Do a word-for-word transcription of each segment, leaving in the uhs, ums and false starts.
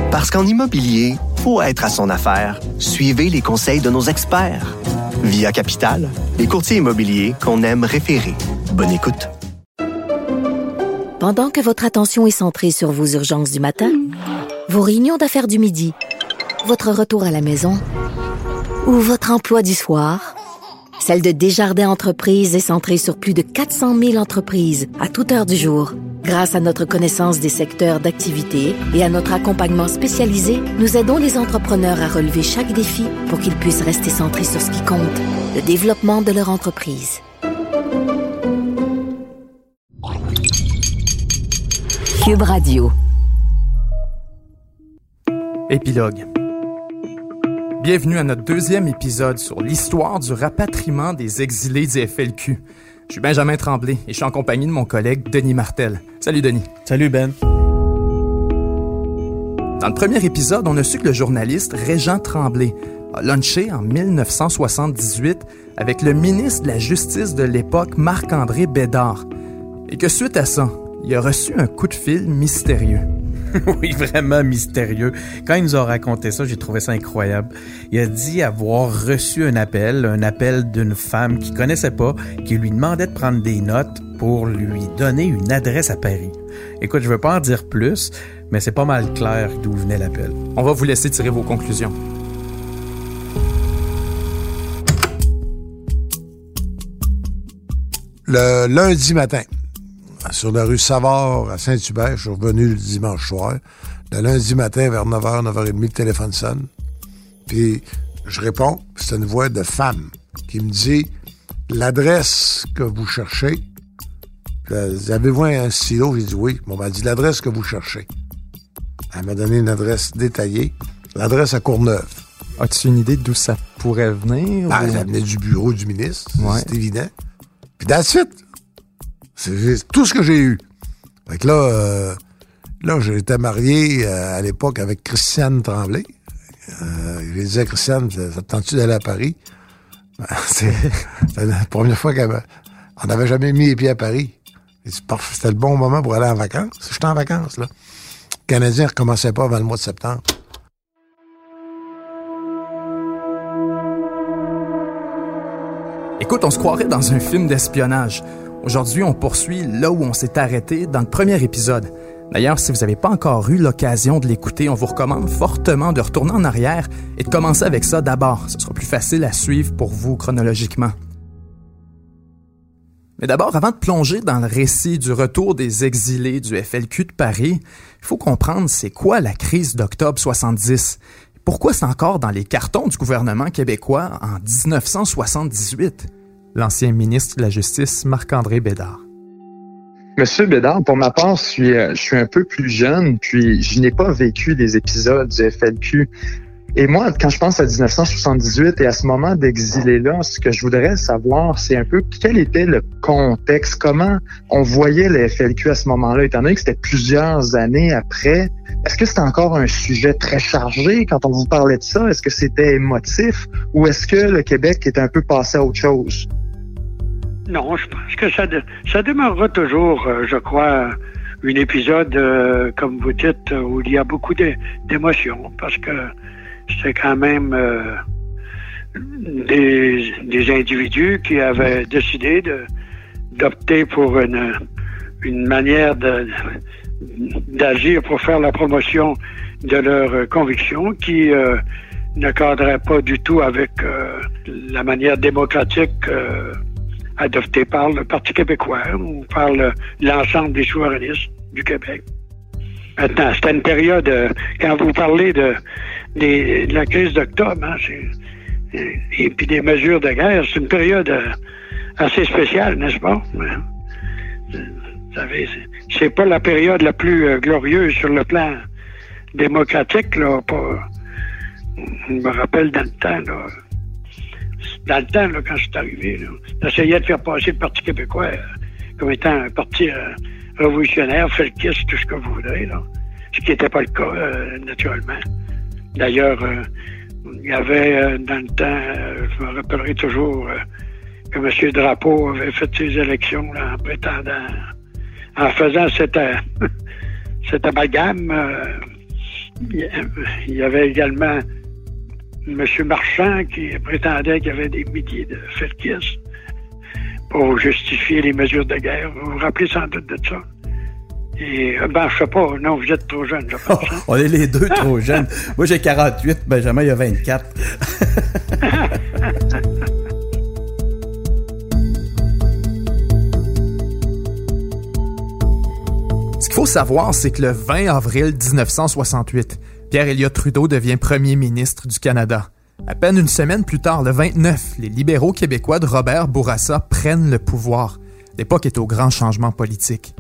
Parce qu'en immobilier, faut être à son affaire. Suivez les conseils de nos experts. Via Capital, les courtiers immobiliers qu'on aime référer. Bonne écoute. Pendant que votre attention est centrée sur vos urgences du matin, vos réunions d'affaires du midi, votre retour à la maison ou votre emploi du soir, celle de Desjardins Entreprises est centrée sur plus de quatre cent mille entreprises à toute heure du jour. Grâce à notre connaissance des secteurs d'activité et à notre accompagnement spécialisé, nous aidons les entrepreneurs à relever chaque défi pour qu'ils puissent rester centrés sur ce qui compte, le développement de leur entreprise. Cube Radio. Épilogue. Bienvenue à notre deuxième épisode sur l'histoire du rapatriement des exilés du F L Q. Je suis Benjamin Tremblay et je suis en compagnie de mon collègue Denis Martel. Salut Denis. Salut Ben. Dans le premier épisode, on a su que le journaliste Régent Tremblay a lunché en dix-neuf cent soixante-dix-huit avec le ministre de la Justice de l'époque, Marc-André Bédard, et que suite à ça, il a reçu un coup de fil mystérieux. Oui, vraiment mystérieux. Quand il nous a raconté ça, j'ai trouvé ça incroyable. Il a dit avoir reçu un appel, un appel d'une femme qu'il connaissait pas, qui lui demandait de prendre des notes pour lui donner une adresse à Paris. Écoute, je veux pas en dire plus, mais c'est pas mal clair d'où venait l'appel. On va vous laisser tirer vos conclusions. Le lundi matin, sur la rue Savard, à Saint-Hubert, je suis revenu le dimanche soir. Le lundi matin, vers neuf heures, neuf heures trente, le téléphone sonne. Puis, je réponds, c'est une voix de femme qui me dit « L'adresse que vous cherchez, avez-vous un stylo? » J'ai dit « Oui. » On m'a dit « L'adresse que vous cherchez. » Elle m'a donné une adresse détaillée. L'adresse à Courneuve. As-tu une idée d'où ça pourrait venir? Ah, ou... ça venait du bureau du ministre, ouais. C'est évident. Puis that's it. C'est tout ce que j'ai eu. Fait que là, euh, là, j'étais marié euh, à l'époque avec Christiane Tremblay. Euh, j'ai dit à Christiane, ça te tente-tu d'aller à Paris? Ben, c'est, c'est la première fois qu'on n'avait jamais mis les pieds à Paris. C'était le bon moment pour aller en vacances. J'étais en vacances, là. Le Canadien ne recommençait pas avant le mois de septembre. Écoute, on se croirait dans un film d'espionnage. Aujourd'hui, on poursuit là où on s'est arrêté dans le premier épisode. D'ailleurs, si vous n'avez pas encore eu l'occasion de l'écouter, on vous recommande fortement de retourner en arrière et de commencer avec ça d'abord. Ce sera plus facile à suivre pour vous chronologiquement. Mais d'abord, avant de plonger dans le récit du retour des exilés du F L Q de Paris, il faut comprendre c'est quoi la crise d'octobre soixante-dix. Pourquoi c'est encore dans les cartons du gouvernement québécois en dix-neuf cent soixante-dix-huit? L'ancien ministre de la Justice, Marc-André Bédard. Monsieur Bédard, pour ma part, je suis, je suis un peu plus jeune, puis je n'ai pas vécu des épisodes du F L Q. Et moi, quand je pense à dix-neuf cent soixante-dix-huit et à ce moment d'exilé-là, ce que je voudrais savoir, c'est un peu quel était le contexte, comment on voyait le F L Q à ce moment-là, étant donné que c'était plusieurs années après. Est-ce que c'était encore un sujet très chargé quand on vous parlait de ça? Est-ce que c'était émotif ou est-ce que le Québec est un peu passé à autre chose? Non, je pense que ça, de, ça demeurera toujours, euh, je crois, un épisode, euh, comme vous dites, où il y a beaucoup de, d'émotions, parce que c'est quand même euh, des, des individus qui avaient décidé de, d'opter pour une, une manière de, d'agir pour faire la promotion de leurs convictions qui euh, ne cadrait pas du tout avec euh, la manière démocratique euh, adoptée par le Parti québécois ou par le, l'ensemble des souverainistes du Québec. Maintenant, c'était une période, euh, quand vous parlez de, des, de la crise d'octobre, hein, c'est, et, et puis des mesures de guerre, c'est une période euh, assez spéciale, n'est-ce pas? Vous savez, c'est, c'est pas la période la plus euh, glorieuse sur le plan démocratique, là, pas, je me rappelle dans le temps, là, dans le temps, là, quand je suis arrivé, là, j'essayais de faire passer le Parti québécois euh, comme étant un parti euh, révolutionnaire, felkiste, tout ce que vous voudrez, là. Ce qui n'était pas le cas, euh, naturellement. D'ailleurs, euh, il y avait, euh, dans le temps, euh, je me rappellerai toujours euh, que M. Drapeau avait fait ses élections là, en prétendant, en faisant cette, euh, cet amalgame, euh, il y avait également M. Marchand qui prétendait qu'il y avait des milliers de Felkis pour justifier les mesures de guerre. Vous vous rappelez sans doute de ça? Et, ben, je sais pas. Non, vous êtes trop jeune, je pense. Oh, on est les deux trop jeunes. Moi, j'ai quarante-huit. Benjamin, il a vingt-quatre. Ce qu'il faut savoir, c'est que le vingt avril dix-neuf cent soixante-huit, Pierre Elliott Trudeau devient premier ministre du Canada. À peine une semaine plus tard, le vingt-neuf, les libéraux québécois de Robert Bourassa prennent le pouvoir. L'époque est au grand changement politique.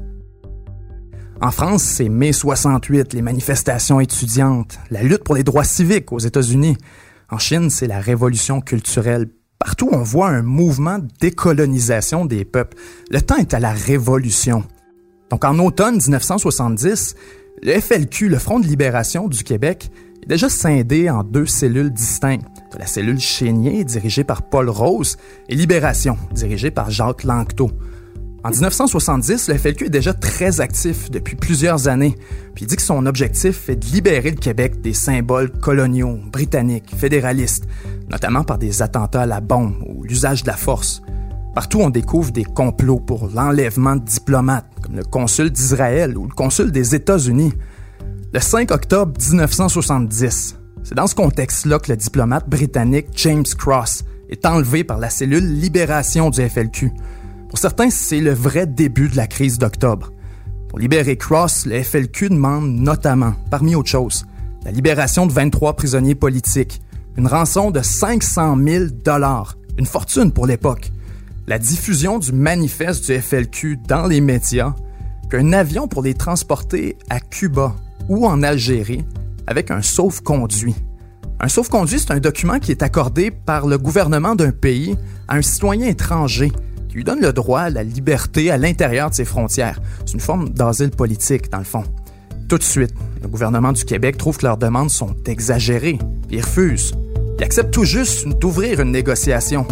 En France, c'est mai soixante-huit, les manifestations étudiantes, la lutte pour les droits civiques aux États-Unis. En Chine, c'est la révolution culturelle. Partout, on voit un mouvement de décolonisation des peuples. Le temps est à la révolution. Donc, en automne dix-neuf cent soixante-dix, le F L Q, le Front de libération du Québec, est déjà scindé en deux cellules distinctes. La cellule Chénier, dirigée par Paul Rose, et Libération, dirigée par Jacques Lanctot. En dix-neuf cent soixante-dix, le F L Q est déjà très actif depuis plusieurs années, puis il dit que son objectif est de libérer le Québec des symboles coloniaux, britanniques, fédéralistes, notamment par des attentats à la bombe ou l'usage de la force. Partout, on découvre des complots pour l'enlèvement de diplomates, comme le consul d'Israël ou le consul des États-Unis. Le cinq octobre dix-neuf cent soixante-dix, c'est dans ce contexte-là que le diplomate britannique James Cross est enlevé par la cellule Libération du F L Q. Pour certains, c'est le vrai début de la crise d'octobre. Pour libérer Cross, le F L Q demande notamment, parmi autres choses, la libération de vingt-trois prisonniers politiques, une rançon de cinq cent mille dollars, une fortune pour l'époque, la diffusion du manifeste du F L Q dans les médias, qu'un avion pour les transporter à Cuba ou en Algérie avec un sauf-conduit. Un sauf-conduit, c'est un document qui est accordé par le gouvernement d'un pays à un citoyen étranger qui lui donne le droit à la liberté à l'intérieur de ses frontières. C'est une forme d'asile politique, dans le fond. Tout de suite, le gouvernement du Québec trouve que leurs demandes sont exagérées, puis ils refusent. Ils acceptent tout juste d'ouvrir une négociation.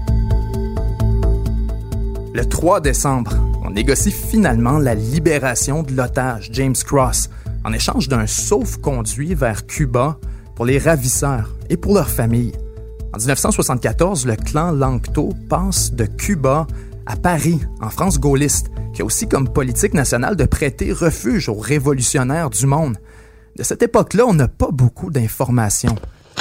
Le trois décembre, on négocie finalement la libération de l'otage James Cross en échange d'un sauf-conduit vers Cuba pour les ravisseurs et pour leurs familles. En dix-neuf cent soixante-quatorze, le clan Lanctot passe de Cuba à Paris, en France gaulliste, qui a aussi comme politique nationale de prêter refuge aux révolutionnaires du monde. De cette époque-là, on n'a pas beaucoup d'informations.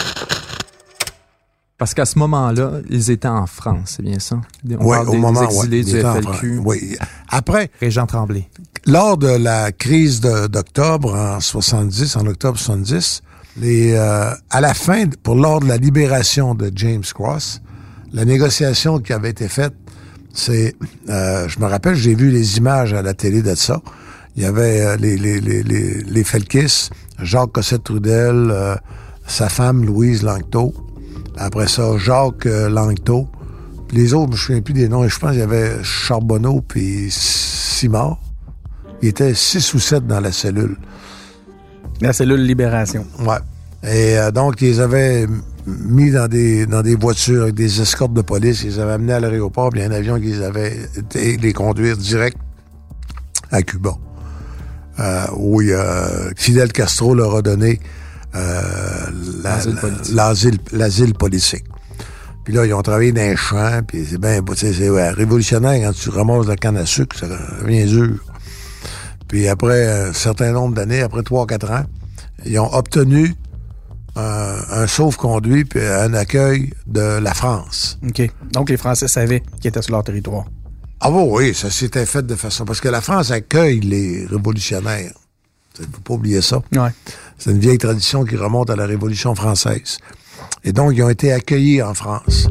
Parce qu'à ce moment-là, ils étaient en France, c'est bien ça? On oui, parle au des moment exilés ouais, du F L Q. Oui. Après, Régent Tremblay. Lors de la crise de, d'octobre en soixante-dix, en octobre soixante-dix, les, euh, à la fin, pour lors de la libération de James Cross, la négociation qui avait été faite, c'est, euh, je me rappelle, j'ai vu les images à la télé de ça. Il y avait euh, les, les, les, les, les Felkis, Jacques Cossette-Trudel, euh, sa femme Louise Lanctot. Après ça, Jacques euh, Lanctot. Puis les autres, je ne me souviens plus des noms. Je pense qu'il y avait Charbonneau puis Simard. Il était six ou sept dans la cellule. La cellule Libération. Ouais. Et euh, donc, ils les avaient mis dans des dans des voitures avec des escortes de police. Ils les avaient amenés à l'aéroport, puis il y a un avion qui les avait été les conduire direct à Cuba. Euh, où il y a, Fidel Castro leur a donné euh, la, l'asile, politique. l'asile, l'asile politique. Puis là, ils ont travaillé dans les champs, puis c'est bien, c'est, c'est ouais, révolutionnaire quand tu ramasses la canne à sucre, ça devient dur. Puis après un certain nombre d'années, après trois ou quatre ans, ils ont obtenu un, un sauf-conduit puis un accueil de la France. OK. Donc, les Français savaient qu'ils étaient sur leur territoire. Ah bon, oui, ça s'était fait de façon... Parce que la France accueille les révolutionnaires. Il ne faut pas oublier ça. Ouais. C'est une vieille tradition qui remonte à la Révolution française. Et donc, ils ont été accueillis en France.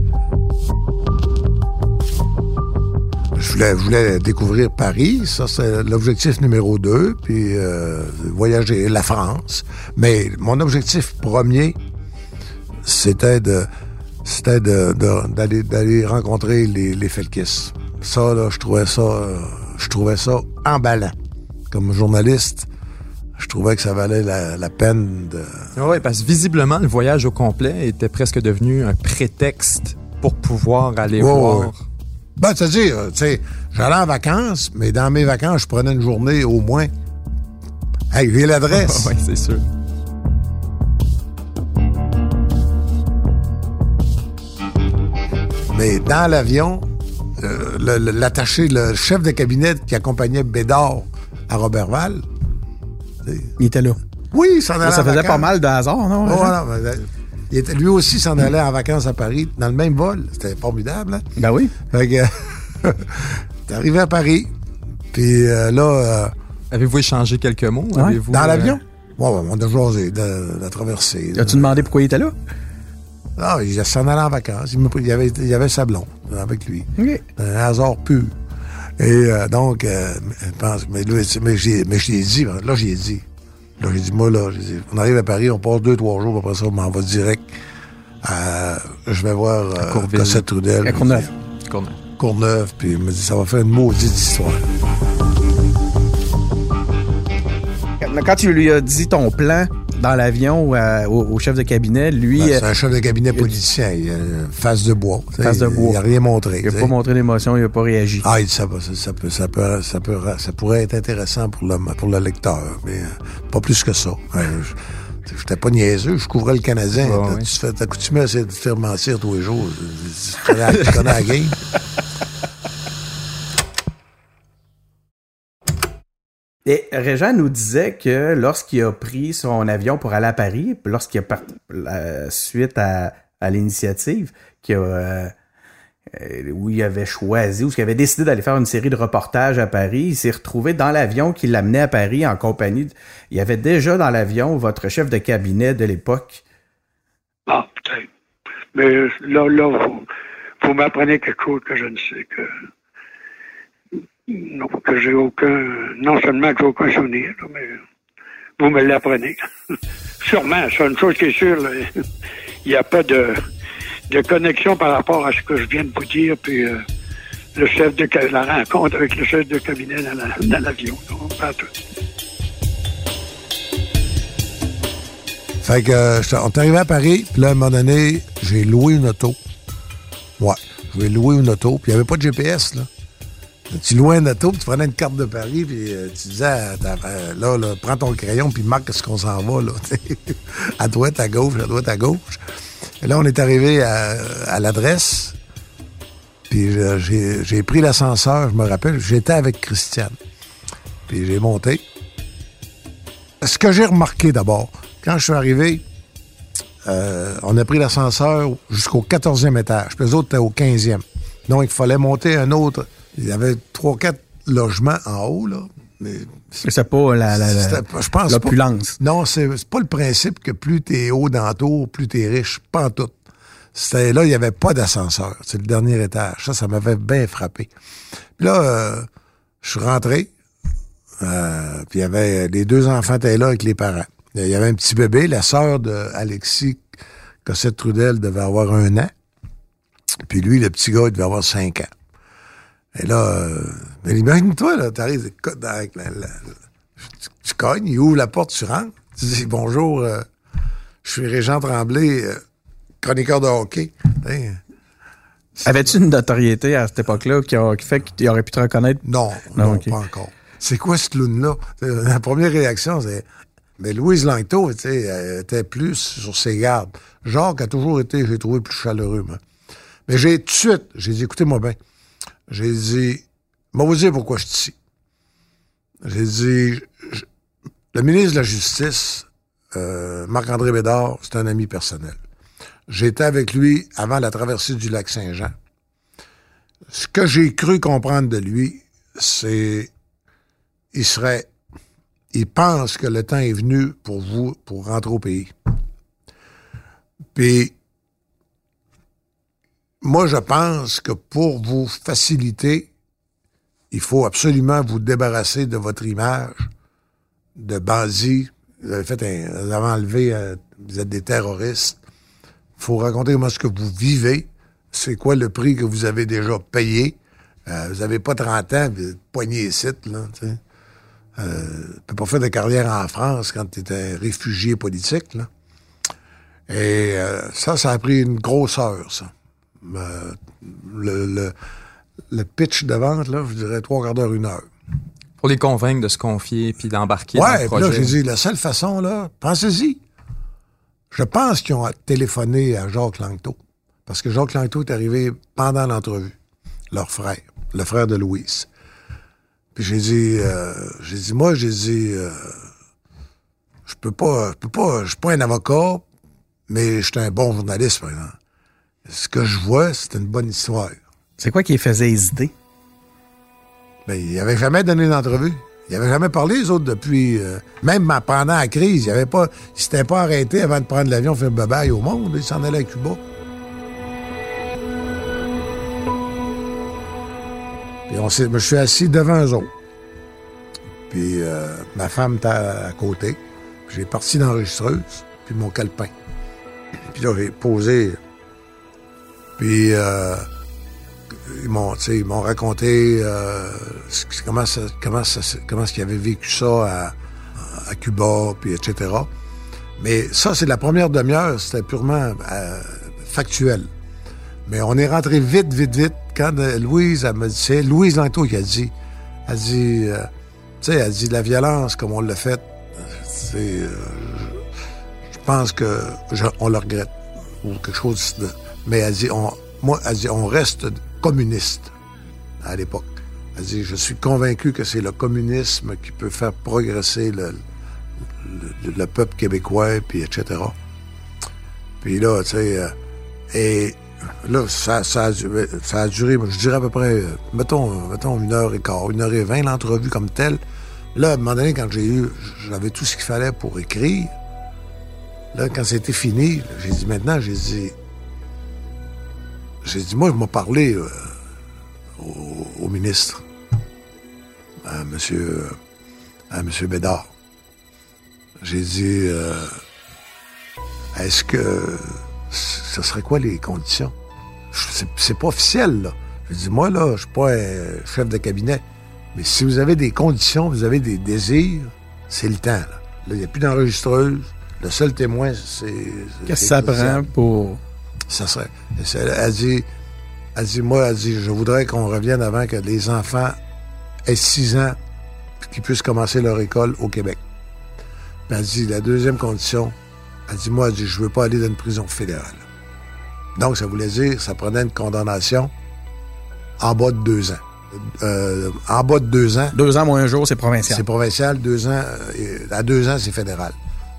Je voulais, je voulais découvrir Paris, ça c'est l'objectif numéro deux, puis euh, voyager la France. Mais mon objectif premier, c'était de, c'était de, de, d'aller, d'aller rencontrer les, les Felkis. Ça là, je trouvais ça, euh, je trouvais ça emballant. Comme journaliste, je trouvais que ça valait la, la peine de. Oui, parce que visiblement le voyage au complet était presque devenu un prétexte pour pouvoir aller ouais, voir. Ouais. Ben, c'est-à-dire, tu sais, j'allais en vacances, mais dans mes vacances, je prenais une journée au moins. Hey, j'ai l'adresse. Oui, c'est sûr. Mais dans l'avion, euh, le, le, l'attaché, le chef de cabinet qui accompagnait Bédard à Roberval... Il était là. Oui, il s'en allait là, ça en faisait vacances. pas mal de hasard, non? Oh, voilà, il était, lui aussi s'en allait en vacances à Paris, dans le même vol. C'était formidable. Hein? Ben oui. Fait que, t'es arrivé à Paris, puis euh, là... Euh, Avez-vous échangé quelques mots? Ouais. Avez-vous, dans euh... l'avion? Oui, ouais, on a jasé de, de la traversée. As-tu demandé pourquoi il était là? Ah, il s'en allait en vacances. Il, il, avait, il avait sa blonde avec lui. Okay. Un hasard pur. Et euh, donc, euh, je pense, mais, lui, mais, j'ai, mais je l'ai dit, là, j'y ai dit. Là, j'ai dit, moi, là, j'ai dit, on arrive à Paris, on passe deux, trois jours, après ça, on m'en va direct. À, je vais voir euh, Cossette Trudel. À Courneuve. Courneuve. Courneuve, puis il me dit, ça va faire une maudite histoire. Quand tu lui as dit ton plan dans l'avion euh, au, au chef de cabinet, lui... Ben, c'est un chef de cabinet politicien. Il a une face de bois. Face de bois. Il n'a rien montré. Il n'a pas montré d'émotion, il n'a pas réagi. Ah, ça, ça, ça, peut, ça, peut, ça, peut, ça pourrait être intéressant pour le, pour le lecteur, mais euh, pas plus que ça. Ouais, je n'étais pas niaiseux, je couvrais le Canadien. Oh, t'as, oui. Tu fais, t'as coutumé à essayer de te faire mentir tous les jours. Tu connais, tu connais la game. Et Régent nous disait que lorsqu'il a pris son avion pour aller à Paris, lorsqu'il a parti euh, suite à, à l'initiative qu'il a, euh, où il avait choisi, où il avait décidé d'aller faire une série de reportages à Paris, il s'est retrouvé dans l'avion qui l'amenait à Paris en compagnie. De, il y avait déjà dans l'avion votre chef de cabinet de l'époque. Ah, peut-être. Mais là, là, vous, vous m'apprenez quelque chose que je ne sais que... Non, que j'ai aucun... Non seulement que j'ai aucun souvenir, là, mais vous me l'apprenez. Sûrement, c'est une chose qui est sûre, là, il n'y a pas de, de connexion par rapport à ce que je viens de vous dire, puis euh, le chef de la rencontre avec le chef de cabinet dans, la, dans l'avion. Non, pas tout. Fait que, euh, on est arrivé à Paris, puis là, à un moment donné, j'ai loué une auto. Ouais, je vais louer une auto, puis il n'y avait pas de G P S, là. Tu louais une auto, puis tu prenais une carte de Paris, puis euh, tu disais, à ta, euh, là, là, prends ton crayon, puis marque ce qu'on s'en va, là. À droite, à gauche, à droite, à gauche. Et là, on est arrivé à, à l'adresse, puis euh, j'ai, j'ai pris l'ascenseur, je me rappelle, j'étais avec Christiane. Puis j'ai monté. Ce que j'ai remarqué d'abord, quand je suis arrivé, euh, on a pris l'ascenseur jusqu'au quatorzième étage, puis les autres étaient au quinzième. Donc, il fallait monter un autre... Il y avait trois, quatre logements en haut, là. Mais c'est, c'est pas la, la, la, je pense l'opulence. Pas, non, c'est, c'est pas le principe que plus t'es haut dans la tour, plus t'es riche. Pas en tout. C'était, là, il n'y avait pas d'ascenseur. C'est le dernier étage. Ça, ça m'avait bien frappé. Puis là, euh, je suis rentré. Euh, puis il y avait... Les deux enfants étaient là avec les parents. Il y avait un petit bébé. La sœur d'Alexis Cossette Trudel devait avoir un an. Puis lui, le petit gars, il devait avoir cinq ans. Et là, euh, mais imagine-toi, là, t'arrives avec la, la, la, tu, tu cognes, il ouvre la porte, tu rentres, tu dis bonjour, euh, je suis Régent Tremblay, euh, chroniqueur de hockey. Hey, avais-tu une notoriété à cette époque-là qui, a, qui fait qu'il aurait pu te reconnaître? Non, non, non okay. Pas encore. C'est quoi ce clown-là? La première réaction, c'est... Mais Louise Langto, tu sais, elle était plus sur ses gardes. Jacques a toujours été, j'ai trouvé, plus chaleureux, moi. Mais j'ai tout de suite, j'ai dit, écoutez-moi bien. J'ai dit, moi, vous dire pourquoi je suis ici. J'ai dit, je, le ministre de la Justice, euh, Marc-André Bédard, c'est un ami personnel. J'étais avec lui avant la traversée du lac Saint-Jean. Ce que j'ai cru comprendre de lui, c'est, il serait, il pense que le temps est venu pour vous, pour rentrer au pays. Puis, moi, je pense que pour vous faciliter, il faut absolument vous débarrasser de votre image de bandit. Vous avez fait un, vous avez enlevé, euh, vous êtes des terroristes. Il faut raconter comment est-ce que vous vivez. C'est quoi le prix que vous avez déjà payé. Euh, vous n'avez pas trente ans, vous êtes poigné ici, là, tu sais. Euh, tu peux pas faire de carrière en France quand tu es un réfugié politique, là. Et euh, ça, ça a pris une grosseur, ça. Euh, le, le, le pitch de vente, là, je dirais trois quarts d'heure, une heure. Pour les convaincre de se confier puis d'embarquer ouais, dans le projet. Ouais, puis là, j'ai dit, la seule façon, là, pensez-y. Je pense qu'ils ont téléphoné à Jacques Langto. Parce que Jacques Langto est arrivé pendant l'entrevue. Leur frère, le frère de Louise. Puis j'ai dit, euh, j'ai dit, moi, j'ai dit, euh, je peux pas, je peux pas, je suis pas un avocat, mais je suis un bon journaliste, par exemple. Ce que je vois, c'est une bonne histoire. C'est quoi qui les faisait hésiter? Ben, il avait jamais donné d'entrevue. Il avait jamais parlé, les autres, depuis... Euh, même pendant la crise, il avait pas... Il s'était pas arrêté avant de prendre l'avion faire bye-bye au monde. Il s'en allait à Cuba. Puis on s'est... Je suis assis devant eux autres. Puis euh, ma femme était à côté. Puis j'ai parti l'enregistreuse, puis mon calepin. Puis là, j'ai posé... Puis... Euh, Ils m'ont, ils m'ont raconté euh, comment ça, comment ça, comment est-ce qu'ils avaient vécu ça à, à Cuba, puis et cetera. Mais ça, c'est la première demi-heure, c'était purement euh, factuel. Mais on est rentré vite, vite, vite. Quand euh, Louise, elle m'a dit, c'est Louise Langto qui a dit, elle dit, euh, tu sais, elle dit la violence comme on l'a fait, c'est, euh, je pense que je, on le regrette ou quelque chose de. Mais elle dit, on, moi, elle dit, on reste communiste à l'époque. Elle dit, je suis convaincu que c'est le communisme qui peut faire progresser le, le, le peuple québécois, puis et cetera. Puis là, tu sais, euh, et là, ça, ça, a, ça a duré, je dirais à peu près, euh, mettons, mettons une heure et quart, une heure et vingt, l'entrevue comme telle. Là, à un moment donné, quand j'ai eu, j'avais tout ce qu'il fallait pour écrire. Là, quand c'était fini, j'ai dit, maintenant, j'ai dit, J'ai dit, moi, je m'ai parlé euh, au, au ministre, à monsieur, à monsieur Bédard. J'ai dit, euh, est-ce que ce serait quoi les conditions? C'est, c'est pas officiel, là. J'ai dit, moi, là, je suis pas un chef de cabinet. Mais si vous avez des conditions, vous avez des désirs, c'est le temps, là. Là, il n'y a plus d'enregistreuse. Le seul témoin, c'est... Qu'est-ce que ça prend pour... Ça serait... Elle dit, elle dit, moi, elle dit, je voudrais qu'on revienne avant que les enfants aient six ans et qu'ils puissent commencer leur école au Québec. Puis elle dit, la deuxième condition, elle dit, moi, elle dit, je veux pas aller dans une prison fédérale. Donc, ça voulait dire, ça prenait une condamnation en bas de deux ans. Euh, en bas de deux ans. Deux ans moins un jour, c'est provincial. C'est provincial, deux ans, euh, à deux ans, c'est fédéral.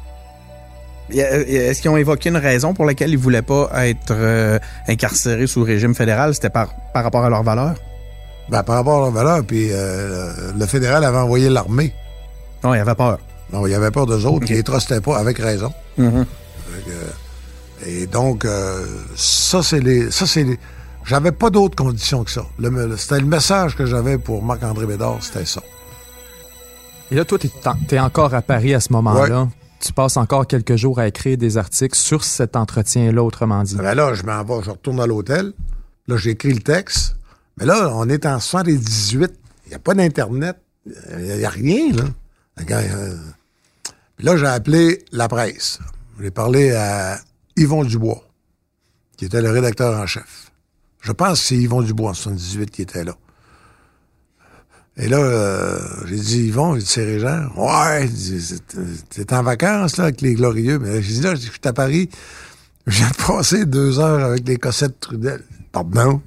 Est-ce qu'ils ont évoqué une raison pour laquelle ils ne voulaient pas être euh, incarcérés sous régime fédéral? C'était par, par rapport à leurs valeurs? Ben, par rapport à leurs valeurs, puis euh, le fédéral avait envoyé l'armée. Non, il avait peur. Non, il avait peur d'eux autres, okay. Ils ne trustaient pas, avec raison. Mm-hmm. Avec, euh, et donc, euh, ça, c'est les... Ça, c'est les j'avais pas d'autres conditions que ça. Le, c'était le message que j'avais pour Marc-André Bédard, c'était ça. Et là, toi, t'es, t'es encore à Paris à ce moment-là. Ouais. Tu passes encore quelques jours à écrire des articles sur cet entretien-là, autrement dit. Ben là, je m'en vais, je retourne à l'hôtel. Là, j'écris le texte. Mais là, on est en soixante-dix-huit. Il n'y a pas d'Internet. Il n'y a rien, là. Euh... Puis là, j'ai appelé la presse. J'ai parlé à Yvon Dubois, qui était le rédacteur en chef. Je pense que c'est Yvon Dubois en soixante-dix-huit qui était là. Et là, euh, j'ai dit, Yvon, j'ai dit, c'est Régent. Ouais, t'es en vacances, là, avec les glorieux. Mais j'ai dit, là, je suis à Paris. Je viens de passer deux heures avec les Cossettes Trudel. Pardon?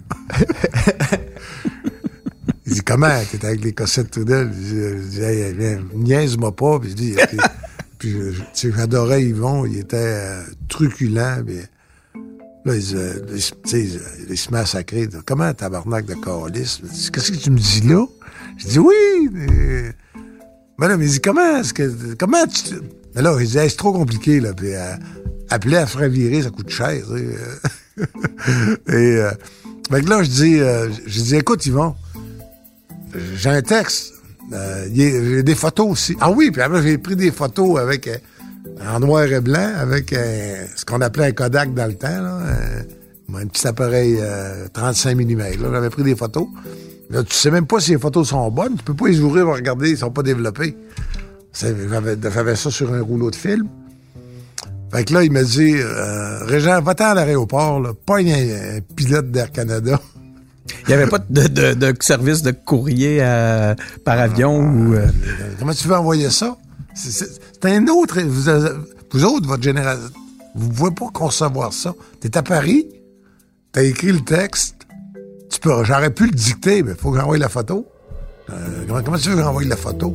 Il dit, comment t'es avec les Cossettes Trudel? Je dis, hey, viens, niaise-moi pas. Puis je dis, puis, puis tu sais, j'adorais Yvon, il était euh, truculent. Puis, là, il, euh, il, il, il se met à sacrer. Comment tabarnak de calice? Qu'est-ce que tu me dis là? Je dis oui. Mais, mais là, mais il dit comment est-ce que. Comment tu. Mais là, il dit, hey, c'est trop compliqué, là. Puis euh, appeler à faire virer, ça coûte cher. Et euh, fait que là, je dis, euh, je dis, écoute, Yvon, j'ai un texte. Euh, j'ai des photos aussi. Ah oui, puis après, j'ai pris des photos avec. Euh, en noir et blanc, avec euh, ce qu'on appelait un Kodak dans le temps, là, euh, un petit appareil euh, trente-cinq millimètres. Là, j'avais pris des photos. Là, tu sais même pas si les photos sont bonnes. Tu peux pas les ouvrir et regarder, ils sont pas développés. J'avais, j'avais ça sur un rouleau de film. Fait que là, il m'a dit, euh, Régent, va-t'en à l'aéroport, là, pas un, un pilote d'Air Canada. Il n'y avait pas de, de, de service de courrier à, par avion ah, ou... Euh... Comment tu veux envoyer ça? C'est, c'est, c'est un autre... Vous, vous autres, votre génération, vous ne pouvez pas concevoir ça. T'es à Paris, t'as écrit le texte, tu peux, j'aurais pu le dicter, mais il faut que j'envoie la photo. Euh, comment, comment tu veux que j'envoie la photo?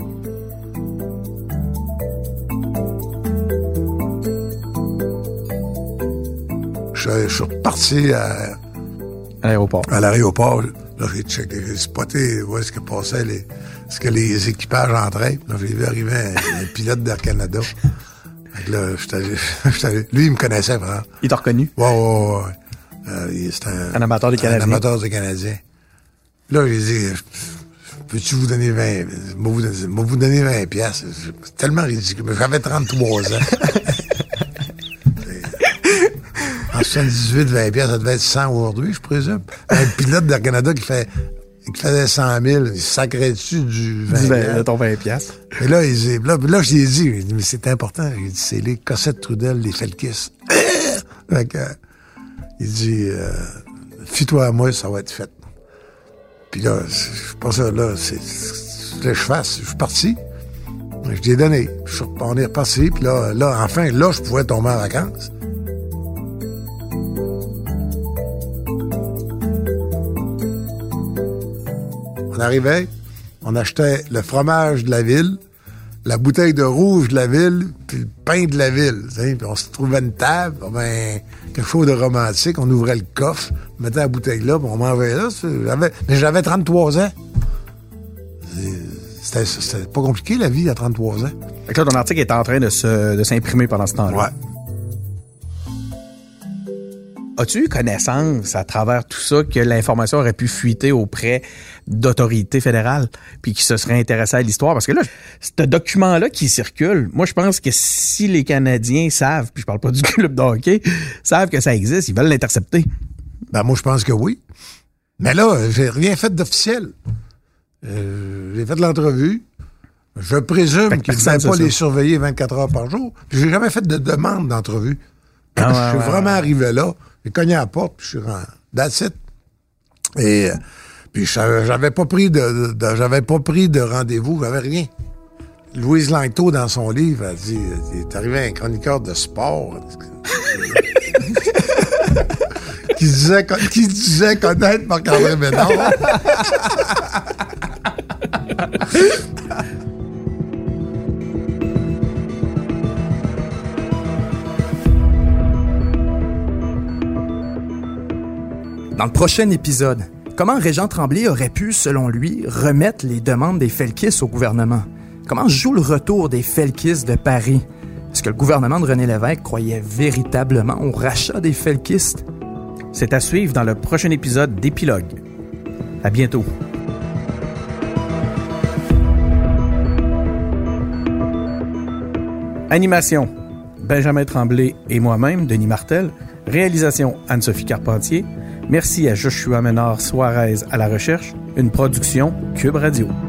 Je, je suis reparti à, à l'aéroport. À l'aéroport. Là, j'ai checké, j'ai spoté où est-ce que passaient les, est-ce que les équipages entraient. Là, j'ai vu arriver un, un pilote d'Air Canada. Fait que là, j'étais allé, lui, il me connaissait, vraiment. Il t'a reconnu? Ouais, ouais, ouais. Euh, c'était un, un amateur des Canadiens. Un amateur des Canadiens. Là, j'ai dit, peux-tu vous donner vingt, moi vous, moi vous donner vingt piastres. C'est tellement ridicule. J'avais trente-trois ans. En soixante-dix-huit, vingt piastres, ça devait être cent aujourd'hui, je présume. Un pilote d'Air Canada qui fait, qui faisait cent mille, il sacrait dessus du vingt piastres. De ton vingt piastres. Et là, il, là, là, je lui ai dit, il dit, mais c'est important. Il dit, c'est les Cossette Trudel, les Felkis. Fait que, il dit, euh, fie-toi à moi, ça va être fait. Puis là, je pense que là, c'est ce que je fasse. Je suis parti. Je l'ai donné. Je suis, on est reparti. Puis là, là, enfin, là, je pouvais tomber en vacances. On arrivait, on achetait le fromage de la ville, la bouteille de rouge de la ville, puis le pain de la ville. Puis on se trouvait une table, ben, quelque chose de romantique. On ouvrait le coffre, on mettait la bouteille là, puis on mangeait là. J'avais, mais j'avais trente-trois ans. C'était, c'était pas compliqué, la vie, à trente-trois ans. Fait que là, ton article est en train de, se, de s'imprimer pendant ce temps-là. Ouais. As-tu eu connaissance, à travers tout ça, que l'information aurait pu fuiter auprès d'autorités fédérales puis qui se seraient intéressées à l'histoire? Parce que là, ce document-là qui circule, moi, je pense que si les Canadiens savent, puis je parle pas du club de hockey, savent que ça existe, ils veulent l'intercepter. Ben, moi, je pense que oui. Mais là, j'ai rien fait d'officiel. Euh, j'ai fait de l'entrevue. Je présume qu'ils ne pouvaient pas les surveiller vingt-quatre heures par jour. Puis j'ai jamais fait de demande d'entrevue. Ah, je suis ouais, vraiment ouais. arrivé là. J'ai cogné à la porte, puis je suis rentré. That's it. Et puis j'avais pas pris de, de j'avais pas pris de rendez-vous, j'avais rien. Louise Langto, dans son livre, a dit, il est arrivé un chroniqueur de sport qui disait qui disait connaître Marc-André Ménard. Dans le prochain épisode, comment Régent Tremblay aurait pu, selon lui, remettre les demandes des Felkis au gouvernement? Comment joue le retour des Felkis de Paris? Est-ce que le gouvernement de René Lévesque croyait véritablement au rachat des Felkistes? C'est à suivre dans le prochain épisode d'Épilogue. À bientôt. Animation, Benjamin Tremblay et moi-même, Denis Martel. Réalisation, Anne-Sophie Carpentier. Merci à Joshua Ménard Suarez à la recherche. Une production Cube Radio.